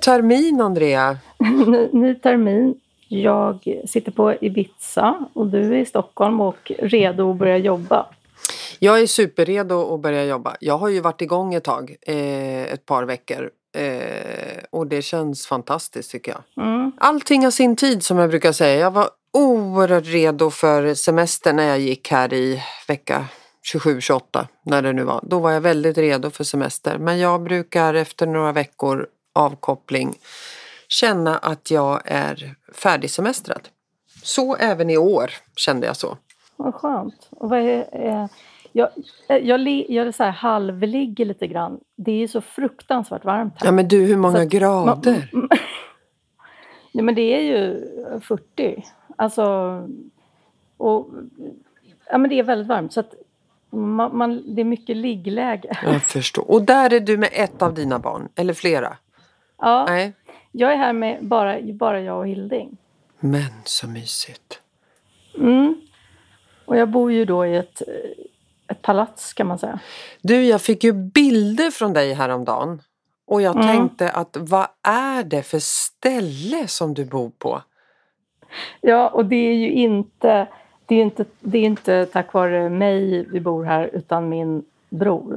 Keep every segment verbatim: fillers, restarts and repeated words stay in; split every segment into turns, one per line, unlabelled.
termin, Andrea?
ny, ny termin. Jag sitter på Ibiza och du är i Stockholm och redo att börja jobba.
Jag är superredo att börja jobba. Jag har ju varit igång ett tag, eh, ett par veckor. Eh, och det känns fantastiskt tycker jag.
Mm.
Allting har sin tid som jag brukar säga. Jag var oerhört redo för semester när jag gick här i vecka tjugosju tjugoåtta. När det nu var. Då var jag väldigt redo för semester. Men jag brukar efter några veckor avkoppling känna att jag är färdigsemestrad. Så även i år kände jag så.
Vad skönt. Och vad är, eh, jag jag, jag, jag är så här halvligger lite grann. Det är ju så fruktansvärt varmt här.
Ja men du, hur många
att,
grader?
Man, ja men det är ju fyrtio. Alltså, och, ja men det är väldigt varmt. Så att man, man, det är mycket liggläge.
Jag förstår. Och där är du med ett av dina barn? Eller flera?
Ja,
Nej.
Jag är här med bara, bara jag och Hilding.
Men så mysigt.
Mm. Och jag bor ju då i ett, ett palats kan man säga.
Du, jag fick ju bilder från dig häromdagen. Och jag
Mm.
tänkte att vad är det för ställe som du bor på?
Ja, och det är ju inte, det är inte, det är inte tack vare mig vi bor här utan min bror.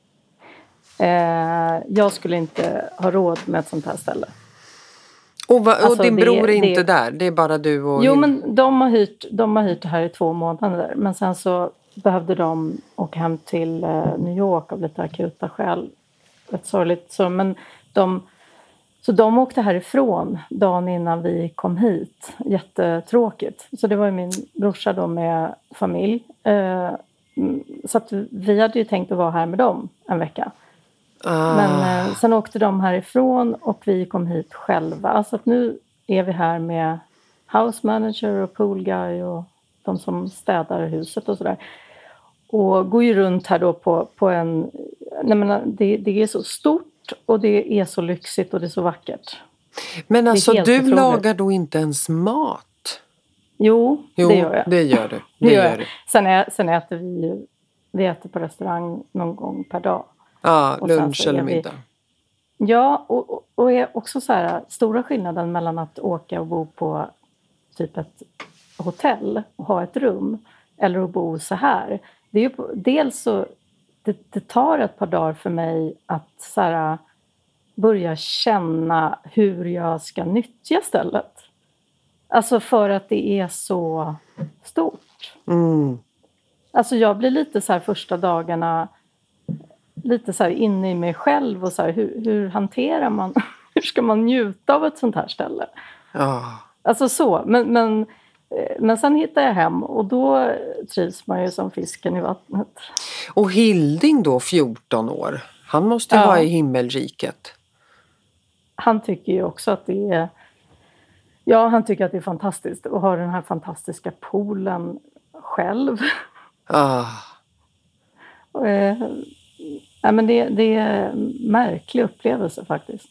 Eh, jag skulle inte ha råd med ett sånt här ställe.
Och, va, och
Alltså,
din
det-
bror är inte
det-
där? Det är bara du och...
Jo, men de har, hyrt, de har hyrt det här i två månader. Men sen så behövde de åka hem till eh, New York av lite akuta skäl. Rätt sorgligt. Så, men de, så de åkte härifrån dagen innan vi kom hit. Jättetråkigt. Så det var ju min brorsa då med familj. Eh, mm, så att vi hade ju tänkt att vara här med dem en vecka.
Ah.
Men eh, sen åkte de härifrån och vi kom hit själva. Så att nu är vi här med house manager och pool guy och de som städar huset och sådär. Och går ju runt här då på, på en... Nej men det, det är så stort och det är så lyxigt och det är så vackert.
Men alltså
helt
du
otroligt.
lagar då inte ens mat?
Jo,
Jo,
det gör jag.
det gör du.
Det
Det
gör
gör
jag.
du.
Sen, är, sen äter vi ju... Vi äter på restaurang någon gång per dag.
Ja,
Och sen
lunch
så är
eller
vi-
middag.
Ja, och, och- och är också så här stora skillnaden mellan att åka och bo på typ ett hotell och ha ett rum eller att bo så här. Det är ju på, dels så det, det tar ett par dagar för mig att så här, börja känna hur jag ska nyttja stället. Alltså för att det är så stort.
Mm.
Alltså jag blir lite så här första dagarna lite så här inne i mig själv och så här, hur, hur hanterar man, hur ska man njuta av ett sånt här ställe?
Ja.
Alltså så, men, men, eh, men sen hittar jag hem och då trivs man ju som fisken i vattnet.
Och Hilding då, fjorton år. Han måste ju
Ja.
vara i himmelriket.
Han tycker ju också att det är, ja han tycker att det är fantastiskt att ha den här fantastiska poolen själv.
Ah.
Och, eh, nej, men det, det är en märklig upplevelse faktiskt.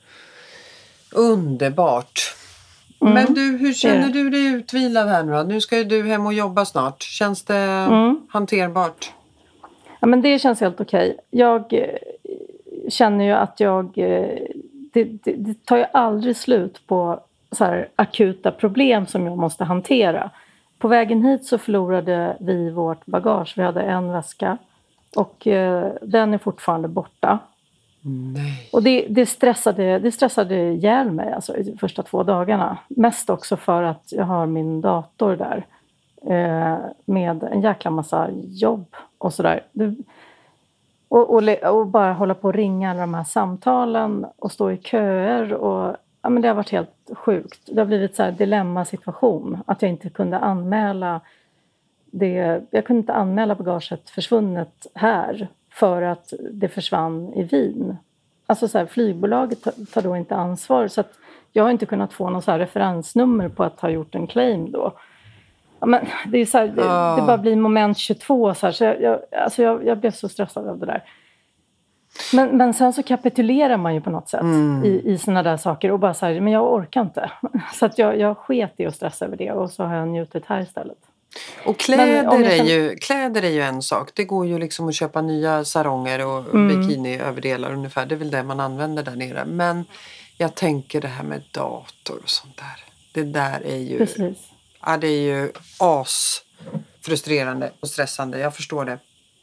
Underbart.
Mm.
Men du, hur känner
Det-
du dig utvilad här nu då? Nu ska ju du hem och jobba snart. Känns det
Mm.
hanterbart?
Ja, men det känns helt okej. Jag eh, känner ju att jag... Eh, det, det, det tar ju aldrig slut på så här akuta problem som jag måste hantera. På vägen hit så förlorade vi vårt bagage. Vi hade en väska och eh, den är fortfarande borta.
Nej.
Och det, det, stressade, det stressade ihjäl mig alltså, i de första två dagarna. Mest också för att jag har min dator där. Eh, med en jäkla massa jobb och sådär. Det, och, och, le- och bara hålla på och ringa alla de här samtalen och stå i köer. Och, ja, men det har varit helt sjukt. Det har blivit så här dilemmasituation. Att jag inte kunde anmäla det. Jag kunde inte anmäla bagaget försvunnet här. För att det försvann i Wien. Alltså så här, flygbolaget tar, tar då inte ansvar. Så att jag har inte kunnat få någon så här referensnummer på att ha gjort en claim då. Ja, men det, är så här, det,
Ah.
det bara blir moment tjugotvå. Så, här, så jag, jag, alltså jag, jag blev så stressad av det där. Men, men sen så kapitulerar man ju på något sätt
Mm.
i, i såna där saker. Och bara så här, men jag orkar inte. Så att jag, jag sket i att stressa över det. Och så har jag njutit här istället.
Och kläder,
Men om jag
är
känner-
ju, kläder är ju en sak. Det går ju liksom att köpa nya saronger och
Mm.
bikiniöverdelar ungefär. Det är väl det man använder där nere. Men jag tänker det här med dator och sånt där. Det där är ju...
Precis.
Ja, det är ju as frustrerande och stressande. Jag förstår det.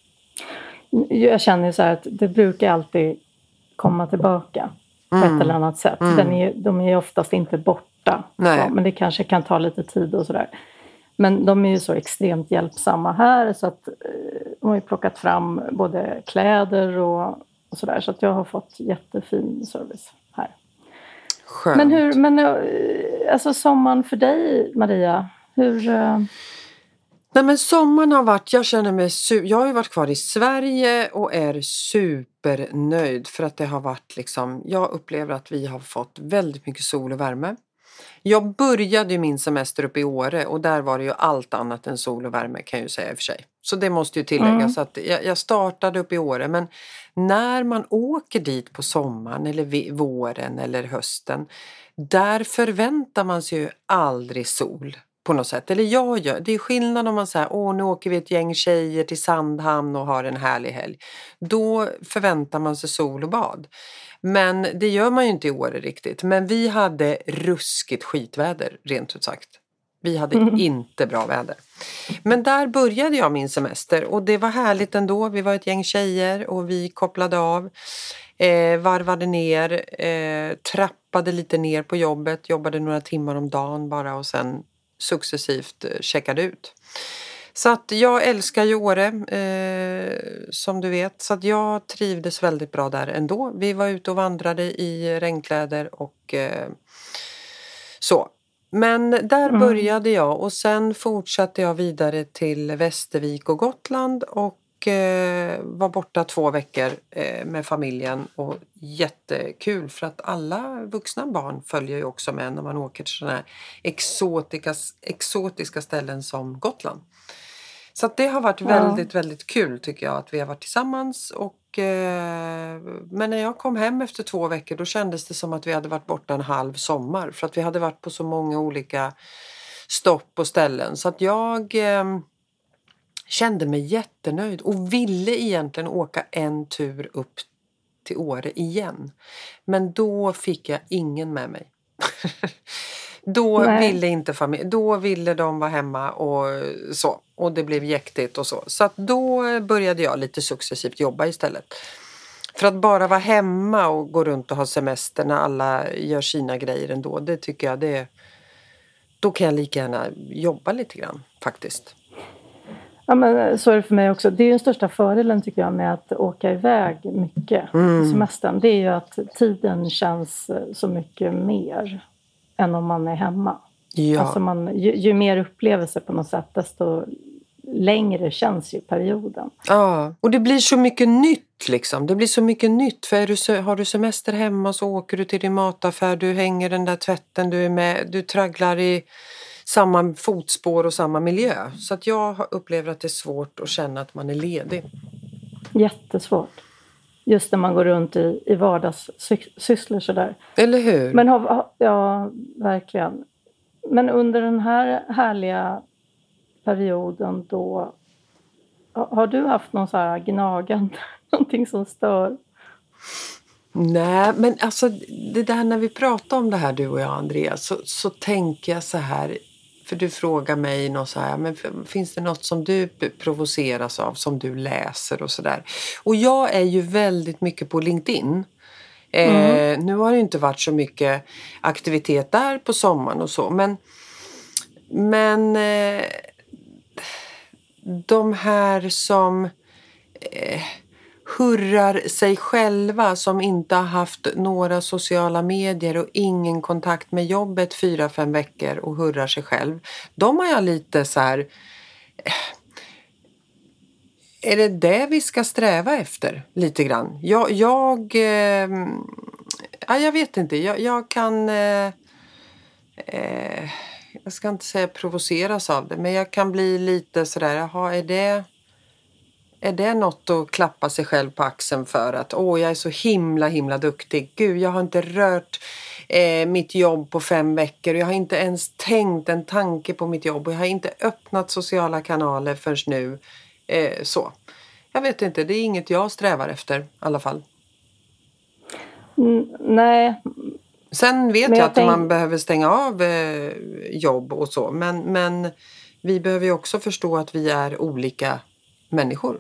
Jag känner ju så här att det brukar alltid komma tillbaka på
Mm.
ett eller annat sätt.
Mm.
Den är, de är ju oftast inte borta.
Nej.
Så, men det kanske kan ta lite tid och sådär. Men de är ju så extremt hjälpsamma här så att eh, de har ju plockat fram både kläder och, och sådär. Så att jag har fått jättefin service här.
Skönt.
Men hur, men eh, alltså sommaren för dig, Maria, hur... Eh...
Nej, men sommaren har varit, jag känner mig, su- jag har ju varit kvar i Sverige och är supernöjd för att det har varit liksom, jag upplever att vi har fått väldigt mycket sol och värme. Jag började ju min semester uppe i Åre och där var det ju allt annat än sol och värme kan jag ju säga i och för sig. Så det måste ju tilläggas
Mm.
att jag, jag startade uppe i Åre, men när man åker dit på sommaren eller vi- våren eller hösten, där förväntar man sig ju aldrig sol på något sätt. Eller jag gör, det är skillnad om man säger, åh nu åker vi ett gäng tjejer till Sandhamn och har en härlig helg. Då förväntar man sig sol och bad. Men det gör man ju inte i Åre riktigt. Men vi hade ruskigt skitväder, rent ut sagt. Vi hade
Mm.
inte bra väder. Men där började jag min semester och det var härligt ändå. Vi var ett gäng tjejer och vi kopplade av, eh, varvade ner, eh, trappade lite ner på jobbet, jobbade några timmar om dagen bara och sen successivt eh, checkade ut. Så att jag älskar ju Åre, eh, som du vet. Så att jag trivdes väldigt bra där ändå. Vi var ute och vandrade i regnkläder och eh, så. Men där
Mm.
började jag och sen fortsatte jag vidare till Västervik och Gotland och eh, var borta två veckor eh, med familjen och jättekul för att alla vuxna barn följer ju också med när man åker till sådana här exotiska, exotiska ställen som Gotland. Så att det har varit
Ja.
väldigt, väldigt kul tycker jag att vi har varit tillsammans. Och, eh, men när jag kom hem efter två veckor då kändes det som att vi hade varit borta en halv sommar. För att vi hade varit på så många olika stopp och ställen. Så att jag eh, kände mig jättenöjd och ville egentligen åka en tur upp till Åre igen. Men då fick jag ingen med mig. Då
Nej.
ville inte familj, då ville de vara hemma och så. Och det blev jäktigt och så. Så att då började jag lite successivt jobba istället. För att bara vara hemma och gå runt och ha semester när alla gör sina grejer ändå. Det tycker jag det. Då kan jag lika gärna jobba lite grann faktiskt.
Ja, men så är det för mig också. Det är ju den största fördelen tycker jag med att åka iväg mycket
Mm.
i semestern. Det är ju att tiden känns så mycket mer än om man är hemma.
Ja.
Alltså man, ju, ju mer upplevelse på något sätt desto längre känns ju perioden.
Ja, och det blir så mycket nytt liksom. Det blir så mycket nytt. För är du, se- har du semester hemma så åker du till din mataffär. Du hänger den där tvätten. Du är med. Du tragglar i samma fotspår och samma miljö. Så att jag har- upplever att det är svårt att känna att man är ledig.
Jättesvårt. Just när man går runt i, i vardagssysslor sådär.
Eller hur?
Men har, har- ja, verkligen. Men under den här härliga perioden då, har har du haft någon så här gnagande, någonting som stör?
Nej, men alltså det där när vi pratar om det här du och jag Andreas så, så tänker jag så här, för du frågar mig något så här, men f- finns det något som du p- provoceras av som du läser och sådär. Och jag är ju väldigt mycket på LinkedIn. Eh, nu har det ju inte varit så mycket aktivitet där på sommaren och så, men men eh, de här som eh, hurrar sig själva som inte har haft några sociala medier och ingen kontakt med jobbet fyra, fem veckor och hurrar sig själv. De har jag lite så här, är det det vi ska sträva efter lite grann? Jag, jag, eh, ja, jag vet inte, jag, jag kan, eh, eh, jag ska inte säga provoceras av det, men jag kan bli lite sådär, jaha, är det... Är det något att klappa sig själv på axeln för att åh, jag är så himla himla duktig. Gud, jag har inte rört eh, mitt jobb på fem veckor. Jag har inte ens tänkt en tanke på mitt jobb. Och jag har inte öppnat sociala kanaler förrän nu. Eh, så. Jag vet inte, det är inget jag strävar efter i alla fall.
Mm, nej,
Sen vet
Men
jag,
jag
att
tänk...
man behöver stänga av eh, jobb och så. Men, men vi behöver ju också förstå att vi är olika människor.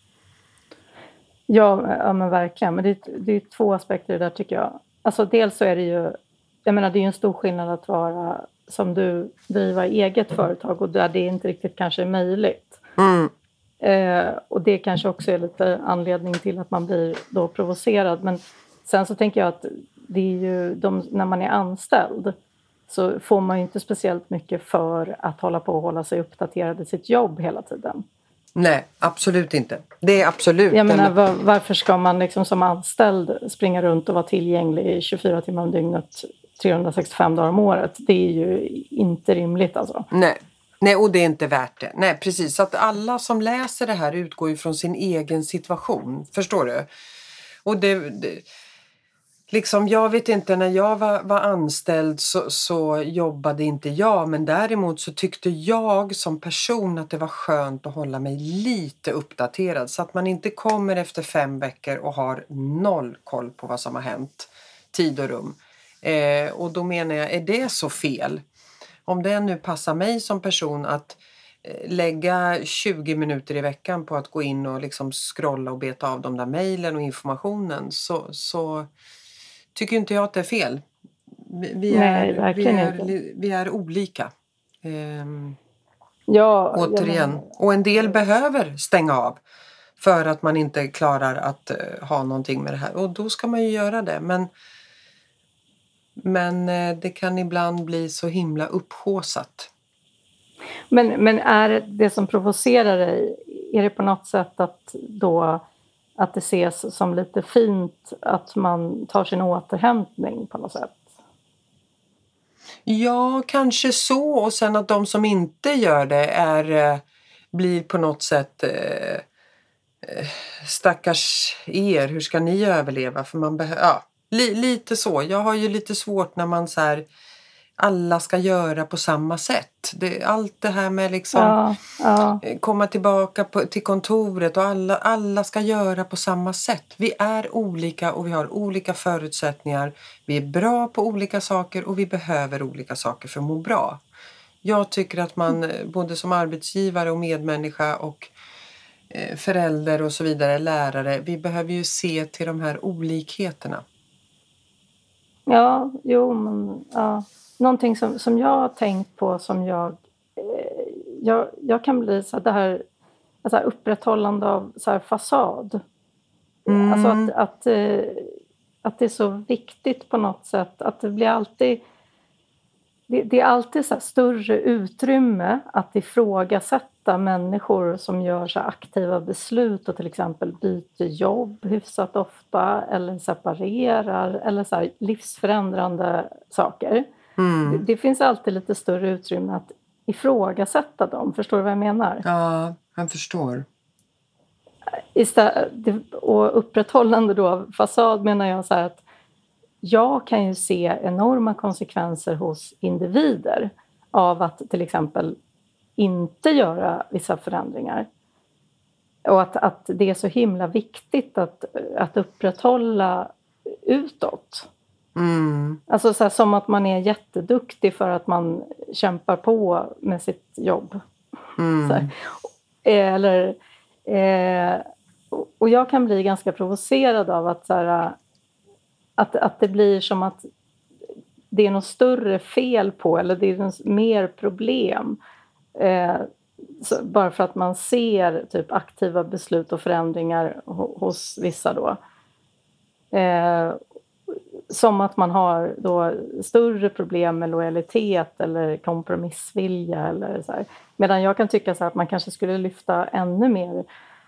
Ja, ja men verkligen. Men det är, det är två aspekter där tycker jag. Alltså dels så är det ju, jag menar det är ju en stor skillnad att vara som du, driva eget företag och där det inte riktigt kanske är möjligt.
Mm.
Eh, och det kanske också är lite anledning till att man blir då provocerad. Men sen så tänker jag att det är ju de, när man är anställd så får man ju inte speciellt mycket för att hålla på och hålla sig uppdaterad i sitt jobb hela tiden.
Nej, absolut inte. Det är absolut.
Jag menar,
eller...
var, varför ska man liksom som anställd springa runt och vara tillgänglig tjugofyra timmar om dygnet, trehundrasextiofem dagar om året? Det är ju inte rimligt alltså.
Nej. Nej, och det är inte värt det. Nej, precis. Så att alla som läser det här utgår ju från sin egen situation. Förstår du? Och det... det... Liksom, jag vet inte, när jag var, var anställd så, så jobbade inte jag. Men däremot så tyckte jag som person att det var skönt att hålla mig lite uppdaterad. Så att man inte kommer efter fem veckor och har noll koll på vad som har hänt. Tid och rum. Eh, och då menar jag, är det så fel? Om det nu passar mig som person att eh, lägga tjugo minuter i veckan på att gå in och liksom scrolla och beta av de där mejlen och informationen. Så... så tycker inte jag att det är fel. Vi, vi,
Nej,
är, vi, är,
inte.
vi är olika. Ehm,
ja,
återigen.
Men...
Och en del behöver stänga av. För att man inte klarar att uh, ha någonting med det här. Och då ska man ju göra det. Men, men uh, det kan ibland bli så himla upphåsat.
Men, men är det som provocerar dig, är det på något sätt att då... att det ses som lite fint att man tar sin återhämtning på något sätt?
Ja, kanske så. Och sen att de som inte gör det är, blir på något sätt eh, stackars er. Hur ska ni överleva? För man behöver, ja, li, lite så. Jag har ju lite svårt när man så här, alla ska göra på samma sätt. Det, allt det här med liksom
ja, ja.
komma tillbaka på, till kontoret och alla, alla ska göra på samma sätt. Vi är olika och vi har olika förutsättningar. Vi är bra på olika saker och vi behöver olika saker för att må bra. Jag tycker att man både som arbetsgivare och medmänniska och eh, förälder och så vidare, lärare, vi behöver ju se till de här olikheterna.
Ja, jo, men ja. Någonting som, som jag har tänkt på som jag, eh, jag, jag kan bli så här, det här, alltså här upprätthållande av så här fasad. Mm. Alltså att, att, eh, att det är så viktigt på något sätt, att det blir alltid, det, det är alltid så här större utrymme att ifrågasätta människor som gör så här aktiva beslut och till exempel byter jobb hyfsat ofta eller separerar eller så här livsförändrande saker. Mm. Det, det finns alltid lite större utrymme att ifrågasätta dem. Förstår du vad jag menar?
Ja, jag förstår.
Istället, och upprätthållande då av fasad menar jag så här att jag kan ju se enorma konsekvenser hos individer av att till exempel inte göra vissa förändringar. Och att, att det är så himla viktigt att, att upprätthålla utåt. Mm. Alltså så här, som att man är jätteduktig för att man kämpar på med sitt jobb. Mm. Så här. Eller, eh, och jag kan bli ganska provocerad av att, så här, att, att det blir som att det är något större fel på, eller det är något mer problem. Eh, så, bara för att man ser typ aktiva beslut och förändringar hos vissa då. Eh, som att man har då större problem med lojalitet eller kompromissvilja eller så här. Medan jag kan tycka så här att man kanske skulle lyfta ännu mer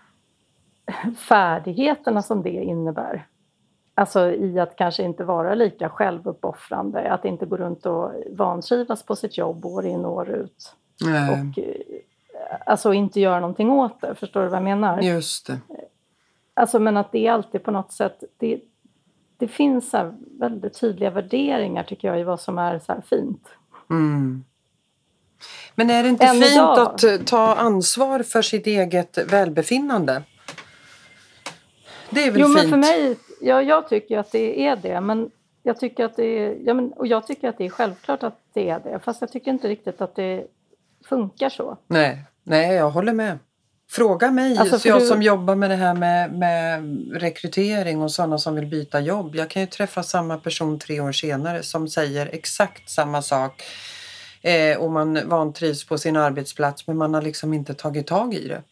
färdigheterna som det innebär. Alltså i att kanske inte vara lika självuppoffrande, att inte gå runt och vantrivas på sitt jobb år in och år ut. Nej. Och alltså inte göra någonting åt det, förstår du vad jag menar?
Just det.
Alltså men att det är alltid på något sätt, det, det finns så här väldigt tydliga värderingar tycker jag i vad som är så här fint. Mm.
Men är det inte Än fint idag? Att ta ansvar för sitt eget välbefinnande? Det är väl
jo,
fint?
Men för mig, ja, jag tycker att det är det. Men Jag tycker att det är, ja, men, och jag tycker att det är självklart att det är det. Fast jag tycker inte riktigt att det funkar så.
Nej, nej jag håller med. Fråga mig,
Alltså,
så jag
du...
som jobbar med det här med, med rekrytering och sådana som vill byta jobb. Jag kan ju träffa samma person tre år senare som säger exakt samma sak. Eh, och man vantrivs på sin arbetsplats, men man har liksom inte tagit tag i det.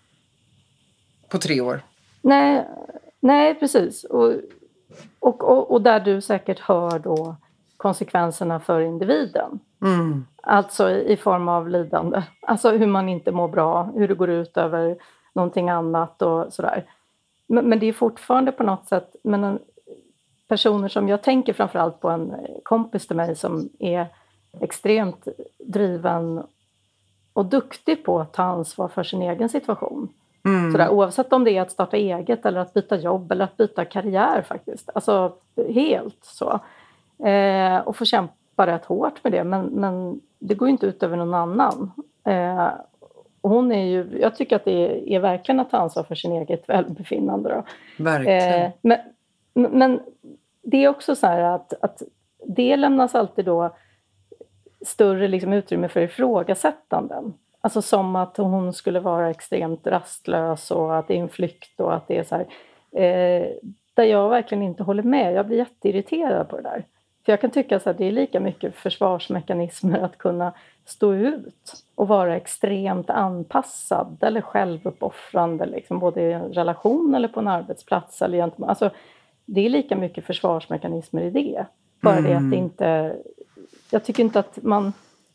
På tre år.
Nej, nej precis. Och, och, och, och där du säkert hör då konsekvenserna för individen.
Mm.
Alltså i, i form av lidande. Alltså hur man inte mår bra, hur det går ut över någonting annat och sådär. Men, men det är fortfarande på något sätt, men en, personer som jag tänker framförallt på en kompis till mig som är extremt driven och duktig på att ta ansvar för sin egen situation. Mm. Sådär, oavsett om det är att starta eget eller att byta jobb eller att byta karriär faktiskt. Alltså helt så. Eh, och få kämpa rätt hårt med det. Men, men det går ju inte ut över någon annan. Eh, och hon är ju, jag tycker att det är, är verkligen att ta ansvar för sin eget välbefinnande. Då.
Verkligen.
Eh, men, men det är också så här att, att det lämnas alltid då större liksom utrymme för ifrågasättanden. Alltså som att hon skulle vara extremt rastlös och att det är en flykt och att det är så här. Eh, där jag verkligen inte håller med. Jag blir jätteirriterad på det där. För jag kan tycka att det är lika mycket försvarsmekanismer att kunna stå ut och vara extremt anpassad eller självuppoffrande. Liksom, både i en relation eller på en arbetsplats. Eller gentemot, alltså, det är lika mycket försvarsmekanismer i det. Bara mm. det att det inte... Jag tycker inte att man...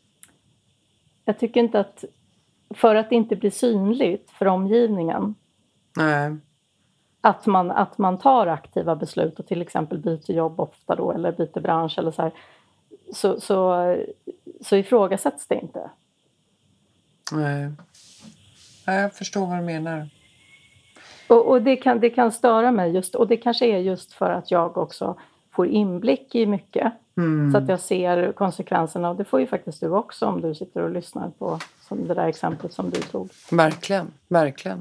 Jag tycker inte att, för att det inte blir synligt för omgivningen,
Nej.
Att, man, att man tar aktiva beslut och till exempel byter jobb ofta då, eller byter bransch eller så här, så, så, så ifrågasätts det inte.
Nej. Nej, jag förstår vad du menar.
Och, och det, kan, det kan störa mig just, och det kanske är just för att jag också får inblick i mycket. Mm. Så att jag ser konsekvenserna. Och det får ju faktiskt du också om du sitter och lyssnar på som det där exemplet som du tog.
Verkligen, verkligen.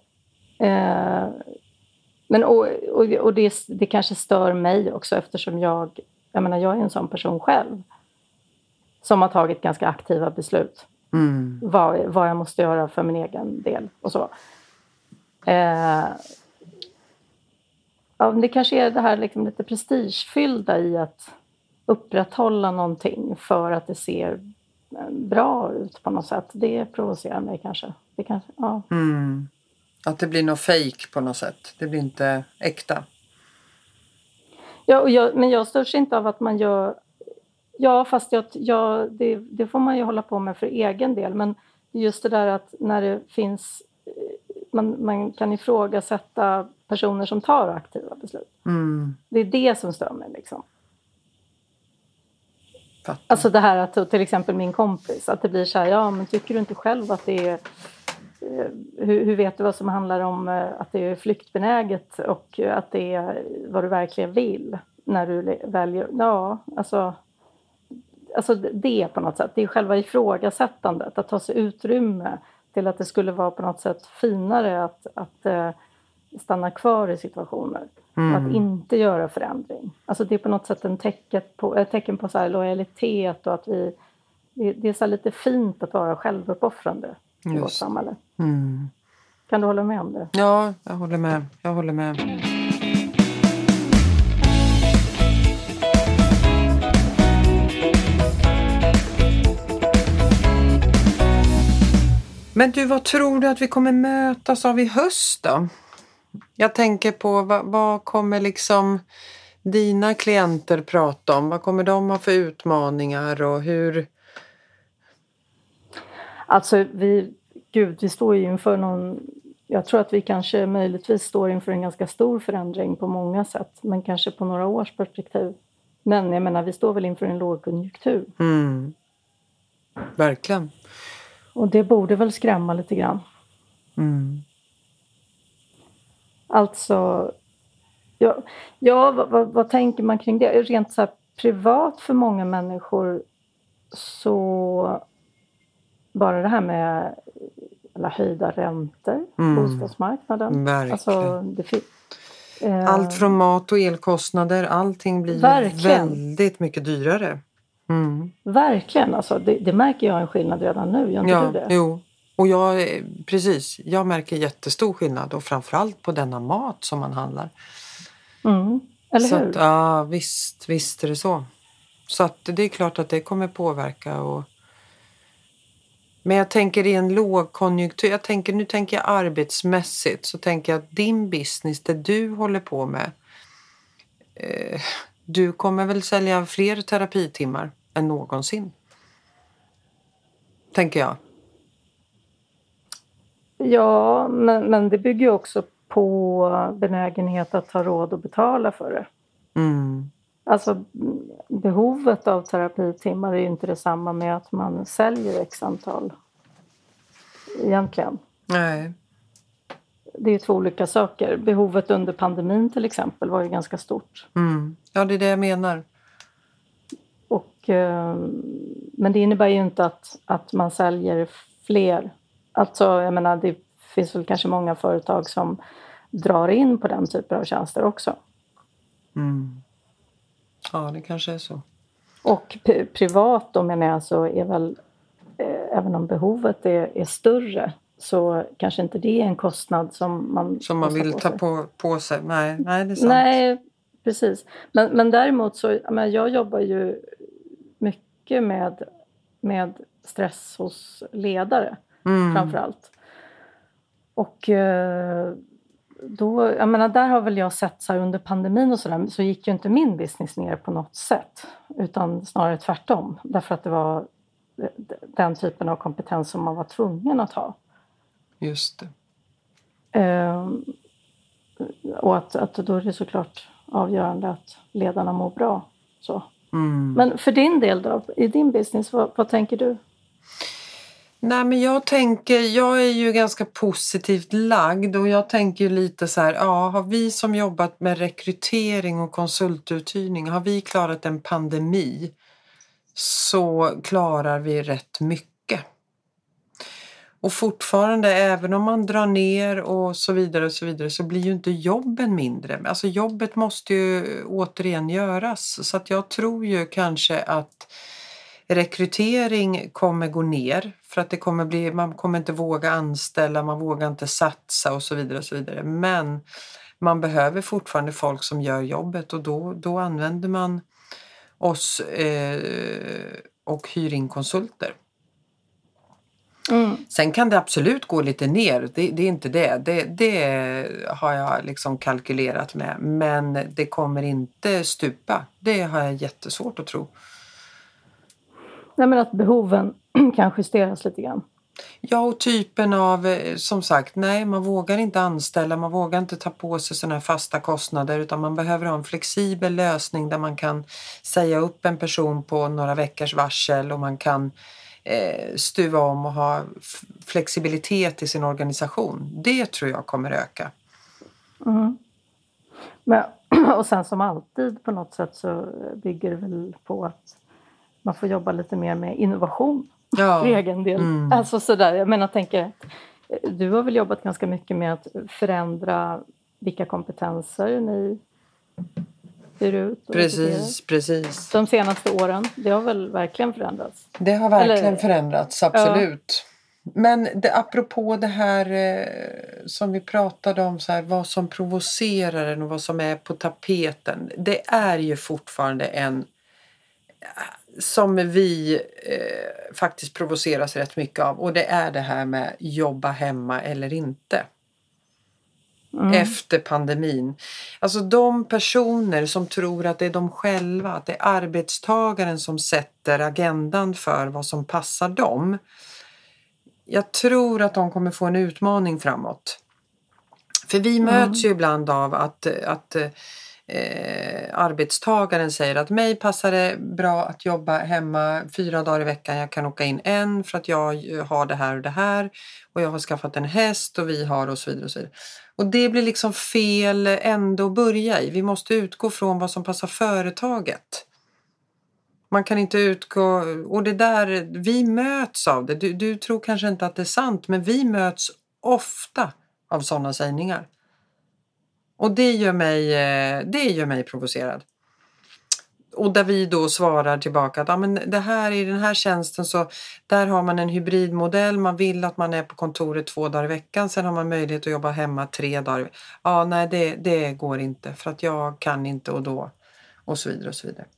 Eh, men och, och, och det, det kanske stör mig också eftersom jag, jag menar jag är en sån person själv. Som har tagit ganska aktiva beslut. Mm. Vad, vad jag måste göra för min egen del och så. Eh, ja, det kanske är det här liksom lite prestigefyllda i att upprätthålla någonting för att det ser bra ut på något sätt. Det provocerar mig kanske. Det kanske ja.
Mm. Att det blir något fake på något sätt. Det blir inte äkta.
Ja, och jag, men jag störs inte av att man gör... Ja, fast jag, jag, det, det får man ju hålla på med för egen del. Men just det där att när det finns... Man, man kan ifrågasätta personer som tar aktiva beslut. Mm. Det är det som stör mig liksom. Fattar. Alltså det här att till exempel min kompis, att det blir så här, ja men tycker du inte själv att det är, eh, hur, hur vet du vad som handlar om eh, att det är flyktbenäget och att det är vad du verkligen vill när du väljer, ja alltså, alltså det på något sätt, det är själva ifrågasättandet, att ta sig utrymme till att det skulle vara på något sätt finare att, att eh, stanna kvar i situationer. Mm. Och att inte göra förändring. Alltså det är på något sätt en tecken på, ett tecken på så här lojalitet. Och att vi, det, det är så här lite fint att vara självuppoffrande i Just. Vårt samhälle. Mm. Kan du hålla med om det?
Ja, jag håller med. Jag håller med. Men du, vad tror du att vi kommer mötas av i höst då? Jag tänker på vad, vad kommer liksom dina klienter prata om? Vad kommer de ha för utmaningar och hur?
Alltså vi, gud, vi står ju inför någon, jag tror att vi kanske möjligtvis står inför en ganska stor förändring på många sätt. Men kanske på några års perspektiv. Men jag menar, vi står väl inför en lågkonjunktur.
Mm. Verkligen.
Och det borde väl skrämma lite grann. Mm. Alltså, ja, ja vad, vad, vad tänker man kring det? Rent så här privat för många människor så bara det här med eller höjda räntor, mm. bostadsmarknaden.
Verkligen.
Alltså, det,
Allt från mat och elkostnader, allting blir
Verkligen.
väldigt mycket dyrare. Mm.
Verkligen, alltså, det, det märker jag en skillnad redan nu, gör inte
Ja,
du det?
jo. Och jag, precis, jag märker jättestor skillnad och framförallt på denna mat som man handlar.
Mm. Eller
Så
hur?
att, ja, visst, visst är det så. Så att det är klart att det kommer påverka. Och... Men jag tänker i en lågkonjunktur, jag tänker, nu tänker jag arbetsmässigt, så tänker jag att din business, det du håller på med, eh, du kommer väl sälja fler terapitimmar än någonsin. Tänker jag.
Ja, men, men det bygger ju också på benägenhet att ha råd att betala för det.
Mm.
Alltså behovet av terapitimmar är ju inte detsamma med att man säljer x antal. Egentligen.
Nej.
Det är ju två olika saker. Behovet under pandemin till exempel var ju ganska stort.
Mm. Ja, det är det jag menar.
Och, eh, men det innebär ju inte att, att man säljer fler. Alltså, jag menar, det finns väl kanske många företag som drar in på den typen av tjänster också.
Mm. Ja, det kanske är så.
Och p- privat då menar jag så är väl, eh, även om behovet är, är större, så kanske inte det är en kostnad som man
Som man
kostar
vill
på
ta
sig.
på, på sig. Nej, nej, det är sant.
Nej, precis. Men, men däremot så, jag, menar, jag jobbar ju mycket med, med stress hos ledare
Mm.
framför allt. Och eh, då, jag menar, där har väl jag sett så här under pandemin och sådär, så gick ju inte min business ner på något sätt, utan snarare tvärtom, därför att det var den typen av kompetens som man var tvungen att ha.
Just det.
Eh, och att, att då är det såklart avgörande att ledarna mår bra. Så.
Mm.
Men för din del då, i din business, vad, vad tänker du?
Nej, men jag tänker, jag är ju ganska positivt lagd och jag tänker ju lite så här, ja, har vi som jobbat med rekrytering och konsultuthyrning, har vi klarat en pandemi så klarar vi rätt mycket. Och fortfarande, även om man drar ner och så vidare och så vidare, så blir ju inte jobben mindre. Alltså jobbet måste ju återigen göras, så att jag tror ju kanske att rekrytering kommer gå ner för att det kommer bli, man kommer inte våga anställa, man vågar inte satsa och så vidare och så vidare. Men man behöver fortfarande folk som gör jobbet och då, då använder man oss eh, och hyr in konsulter.
Mm.
Sen kan det absolut gå lite ner, det, det är inte det. det. Det har jag liksom kalkylerat med, men det kommer inte stupa. Det har jag jättesvårt att tro.
Nej, men att behoven kan justeras lite grann.
Ja, och typen av, som sagt, nej, man vågar inte anställa, man vågar inte ta på sig sådana här fasta kostnader, utan man behöver ha en flexibel lösning där man kan säga upp en person på några veckors varsel och man kan eh, stuva om och ha f- flexibilitet i sin organisation. Det tror jag kommer öka.
Mm. Men, och sen som alltid på något sätt så bygger det väl på att man får jobba lite mer med innovation.
Ja.
För egen del.
Mm.
Alltså sådär, jag menar, tänker, du har väl jobbat ganska mycket med att förändra vilka kompetenser ni hyr ut och
Precis,
rekryterar.
precis.
De senaste åren, det har väl verkligen förändrats?
Det har verkligen
Eller-
förändrats, absolut. Men det, apropå det här eh, som vi pratade om, så här, vad som provocerar en och vad som är på tapeten. Det är ju fortfarande en som vi eh, faktiskt provoceras rätt mycket av. Och det är det här med jobba hemma eller inte.
Mm.
Efter pandemin. Alltså de personer som tror att det är de själva, att det är arbetstagaren som sätter agendan för vad som passar dem. Jag tror att de kommer få en utmaning framåt. För vi möts ju ibland av att, att eh, arbetstagaren säger att mig passar det bra att jobba hemma fyra dagar i veckan. Jag kan åka in en för att jag har det här och det här. Och jag har skaffat en häst och vi har och så vidare och så vidare. Och det blir liksom fel ändå att börja i. Vi måste utgå från vad som passar företaget. Man kan inte utgå, och det där, vi möts av det. Du, du tror kanske inte att det är sant, men vi möts ofta av sådana sägningar. Och det gör mig, det gör mig provocerad. Och där vi då svarar tillbaka att ja, men det här i den här tjänsten så där har man en hybridmodell. Man vill att man är på kontoret två dagar i veckan. Sen har man möjlighet att jobba hemma tre dagar. Ja, nej det, det går inte för att jag kan inte och då och så vidare och så vidare.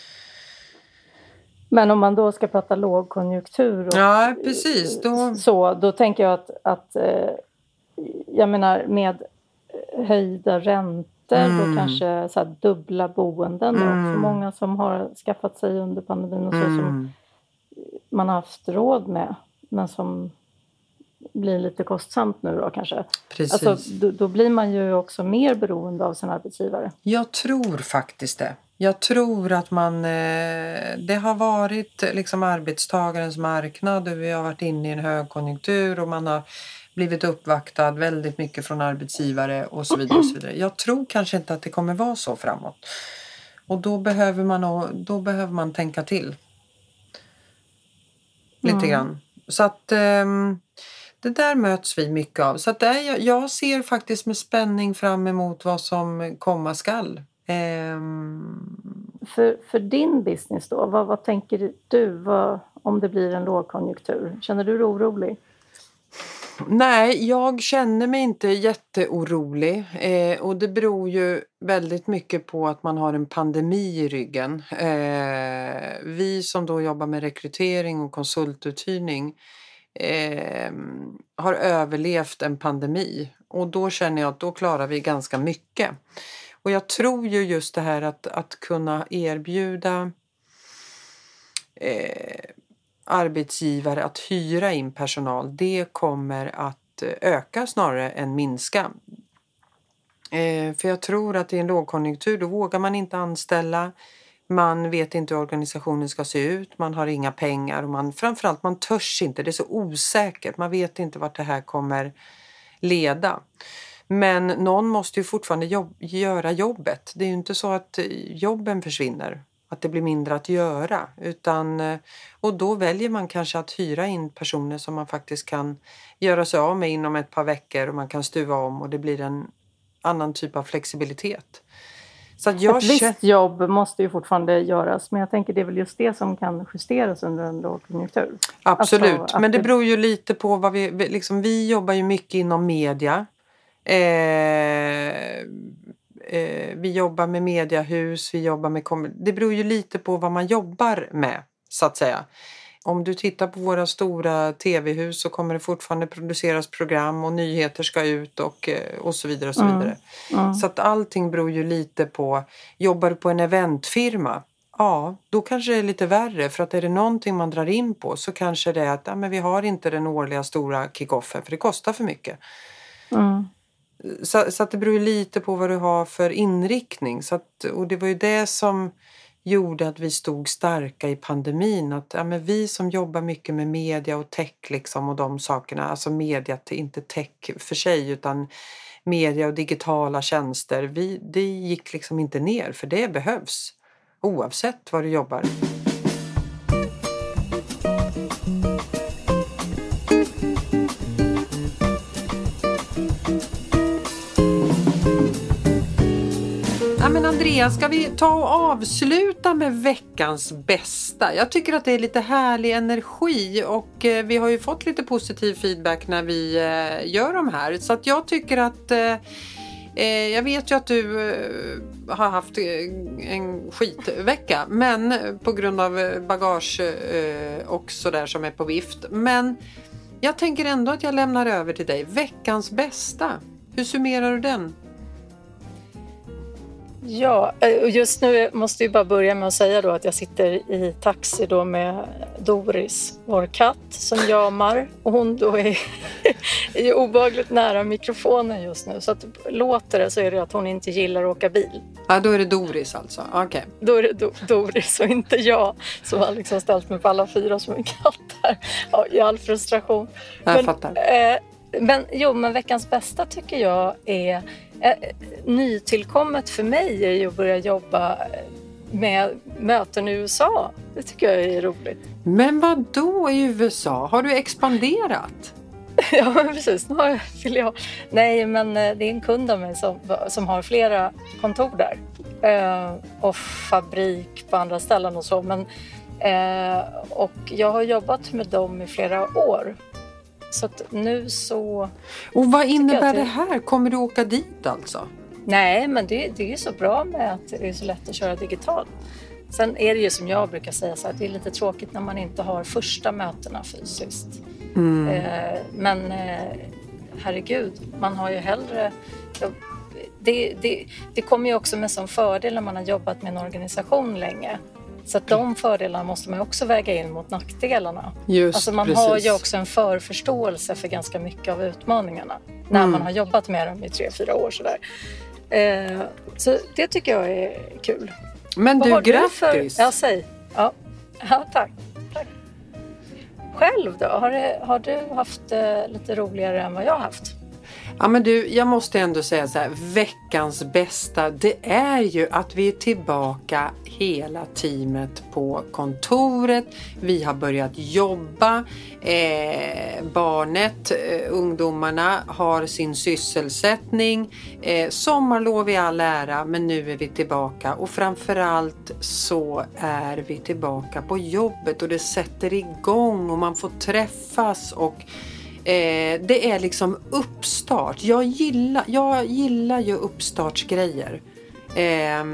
Men om man då ska prata lågkonjunktur och
ja, precis. Då...
Så, då tänker jag att, att jag menar med höjda räntor mm. då kanske så här dubbla boenden då, mm. för många som har skaffat sig under pandemin och så mm. som man har haft råd med men som blir lite kostsamt nu då kanske.
Precis.
Alltså, då, då blir man ju också mer beroende av sin arbetsgivare.
Jag tror faktiskt det. Jag tror att man, det har varit liksom arbetstagarens marknad och vi har varit inne i en högkonjunktur och man har blivit uppvaktad väldigt mycket från arbetsgivare och så vidare och så vidare. Jag tror kanske inte att det kommer vara så framåt. Och då behöver man, då behöver man tänka till. Lite mm. grann. Så att um, det där möts vi mycket av. Så att det är, jag ser faktiskt med spänning fram emot vad som komma skall. Um...
För, för din business då, vad, vad tänker du vad, om det blir en lågkonjunktur? Känner du dig orolig?
Nej, jag känner mig inte jätteorolig eh, och det beror ju väldigt mycket på att man har en pandemi i ryggen. Eh, vi som då jobbar med rekrytering och konsultuthyrning eh, har överlevt en pandemi och då känner jag att då klarar vi ganska mycket. Och jag tror ju just det här att, att kunna erbjuda eh, arbetsgivare att hyra in personal, det kommer att öka snarare än minska. Eh, för jag tror att i en lågkonjunktur då vågar man inte anställa, man vet inte hur organisationen ska se ut, man har inga pengar och man, framförallt man törs inte, det är så osäkert, man vet inte vart det här kommer leda. Men någon måste ju fortfarande jobb, göra jobbet. Det är ju inte så att jobben försvinner. Att det blir mindre att göra. Utan, och då väljer man kanske att hyra in personer som man faktiskt kan göra sig av med inom ett par veckor. Och man kan stuva om och det blir en annan typ av flexibilitet. Så att jag
ett visst känner... jobb måste ju fortfarande göras. Men jag tänker det är väl just det som kan justeras under en lågkonjunktur.
Absolut.
Alltså,
men det beror ju lite på vad vi... Liksom, vi jobbar ju mycket inom media. Eh, eh, vi jobbar med mediahus, vi jobbar med kom- det beror ju lite på vad man jobbar med så att säga. Om du tittar på våra stora tv-hus så kommer det fortfarande produceras program och nyheter ska ut och, och så vidare och så vidare. Mm. Mm. Så att allting beror ju lite på, jobbar du på en eventfirma, ja då kanske det är lite värre för att är det någonting man drar in på så kanske det är att ja, men vi har inte den årliga stora kick-offen för det kostar för mycket. Mm. Så, så att det beror lite på vad du har för inriktning. Så att, och det var ju det som gjorde att vi stod starka i pandemin. Att ja, men vi som jobbar mycket med media och tech liksom, och de sakerna. Alltså media, inte tech för sig utan media och digitala tjänster. Vi, det gick liksom inte ner för det behövs. Oavsett vad du jobbar. Men Andreas, ska vi ta och avsluta med veckans bästa? Jag tycker att det är lite härlig energi och vi har ju fått lite positiv feedback när vi gör de här. Så att jag tycker att, eh, jag vet ju att du eh, har haft en skitvecka, men på grund av bagage eh, och sådär som är på vift. Men jag tänker ändå att jag lämnar över till dig. Veckans bästa, hur summerar du den?
Ja, och just nu måste jag bara börja med att säga då att jag sitter i taxi då med Doris, vår katt, som jamar. Och hon då är, är ju obehagligt nära mikrofonen just nu. Så att låter det så är det att hon inte gillar att åka bil.
Ja, då är det Doris alltså. Okej. Okay.
Då är det Do- Doris och inte jag som har liksom ställt mig på alla fyra som en katt här. Ja, i all frustration.
Jag
men,
fattar.
Eh, men jo, men veckans bästa tycker jag är... Eh, nytillkommet för mig är ju att börja jobba med möten i U S A. Det tycker jag är roligt.
Men vad då i U S A? Har du expanderat?
Ja, men precis. Nu har jag filial. Nej, men det är en kund av mig som, som har flera kontor där. Eh, och fabrik på andra ställen och så. Men, eh, och jag har jobbat med dem i flera år. Så att nu så...
Och vad innebär
det...
det här? Kommer du åka dit alltså?
Nej, men det, det är ju så bra med att det är så lätt att köra digitalt. Sen är det ju som jag brukar säga så att det är lite tråkigt när man inte har första mötena fysiskt. Mm. Eh, men eh, herregud, man har ju hellre... Det, det, det kommer ju också med som fördel när man har jobbat med en organisation länge. Så att de fördelarna måste man också väga in mot nackdelarna.
Just,
alltså man
precis.
har ju också en förförståelse för ganska mycket av utmaningarna. När mm. man har jobbat med dem i tre, fyra år sådär. Eh, så det tycker jag är kul.
Men
Vad
du,
har
grattis!
Du för... Ja, säg. Ja. Ja, tack. tack. Själv då? Har, det, har du haft eh, lite roligare än vad jag har haft?
Ja, men du, jag måste ändå säga så här, veckans bästa, det är ju att vi är tillbaka hela teamet på kontoret. Vi har börjat jobba. Eh, barnet, eh, ungdomarna har sin sysselsättning. Eh, sommarlov i all ära, men nu är vi tillbaka. Och framförallt så är vi tillbaka på jobbet och det sätter igång och man får träffas och Eh, det är liksom uppstart. Jag gillar, jag gillar ju uppstartsgrejer. Eh,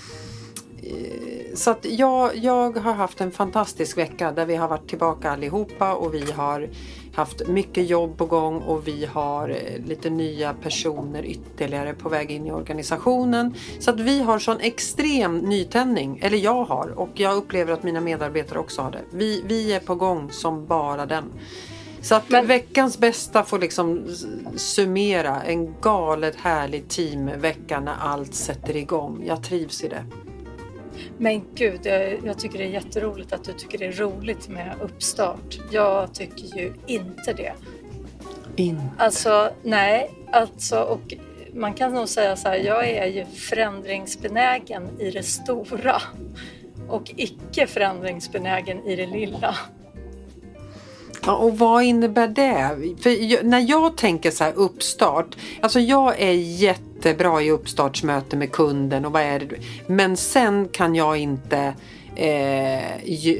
så att jag, jag har haft en fantastisk vecka där vi har varit tillbaka allihopa och vi har haft mycket jobb på gång och vi har lite nya personer ytterligare på väg in i organisationen. Så att vi har sån extrem nytändning, eller jag har, och jag upplever att mina medarbetare också har det. Vi, vi är på gång som bara den. Så att men, veckans bästa får liksom summera en galet härlig teamvecka när allt sätter igång. Jag trivs i det.
Men gud, jag, jag tycker det är jätteroligt att du tycker det är roligt med uppstart. Jag tycker ju inte det.
Inte?
Alltså, nej. Alltså, och man kan nog säga så här, jag är ju förändringsbenägen i det stora. Och icke förändringsbenägen i det lilla.
Ja, och vad innebär det? För jag, när jag tänker så här uppstart, alltså jag är jättebra i uppstartsmöte med kunden och vad är det? Men sen kan jag inte eh,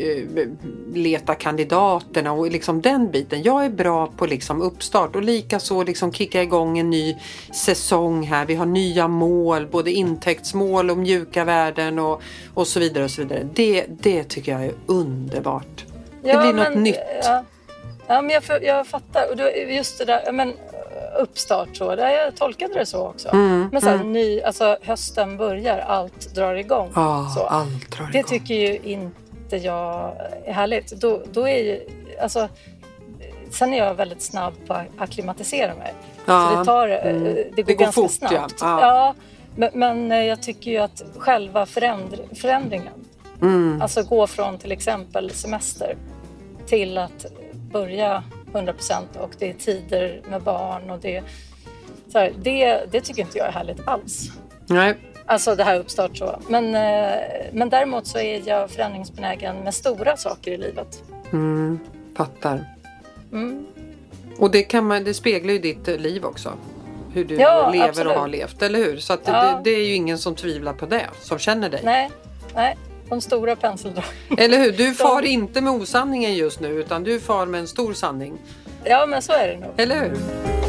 leta kandidaterna och liksom den biten. Jag är bra på liksom uppstart och lika så liksom kicka igång en ny säsong här. Vi har nya mål, både intäktsmål och mjuka värden och, och så vidare och så vidare. Det, det tycker jag är underbart. Det
ja,
blir
men,
något nytt.
Ja. Ja, men jag, jag fattar. Och då, just det där, men uppstart så, där jag tolkade det så också. Mm, men så här, mm. ny, alltså hösten börjar, allt drar igång.
Ja,
så.
allt drar igång.
Det tycker ju inte jag är härligt. Då, då är ju, alltså, sen är jag väldigt snabb på att akklimatisera mig.
Ja,
så det tar,
mm.
det går,
det går
ganska
fort,
snabbt.
Ja.
Ja, men, men jag tycker ju att själva förändr, förändringen, mm. alltså gå från till exempel semester till att börja hundra procent och det är tider med barn och det, så här, det, det tycker inte jag är härligt alls.
Nej.
Alltså det här uppstart så. Men, men däremot så är jag förändringsbenägen med stora saker i livet.
Mm, fattar.
Mm.
Och det, kan man, det speglar ju ditt liv också. Hur du
ja,
lever
absolut.
och har levt, eller hur? Så att
ja.
det, det är ju ingen som tvivlar på det, som känner dig.
Nej, nej. De stora penseldragen.
Eller hur? Du far De... inte med osanningen just nu utan du far med en stor sanning.
Ja, men så är det nog.
Eller hur?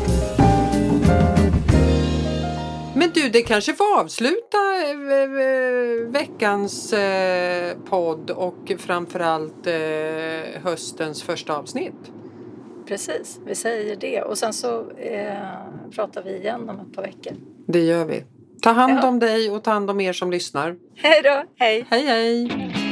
Men du, det kanske får avsluta veckans podd och framförallt höstens första avsnitt.
Precis, vi säger det. Och sen så eh, pratar vi igen om ett par veckor.
Det gör vi. Ta hand om ja. dig och ta hand om er som lyssnar.
Hej då, hej.
Hej, hej.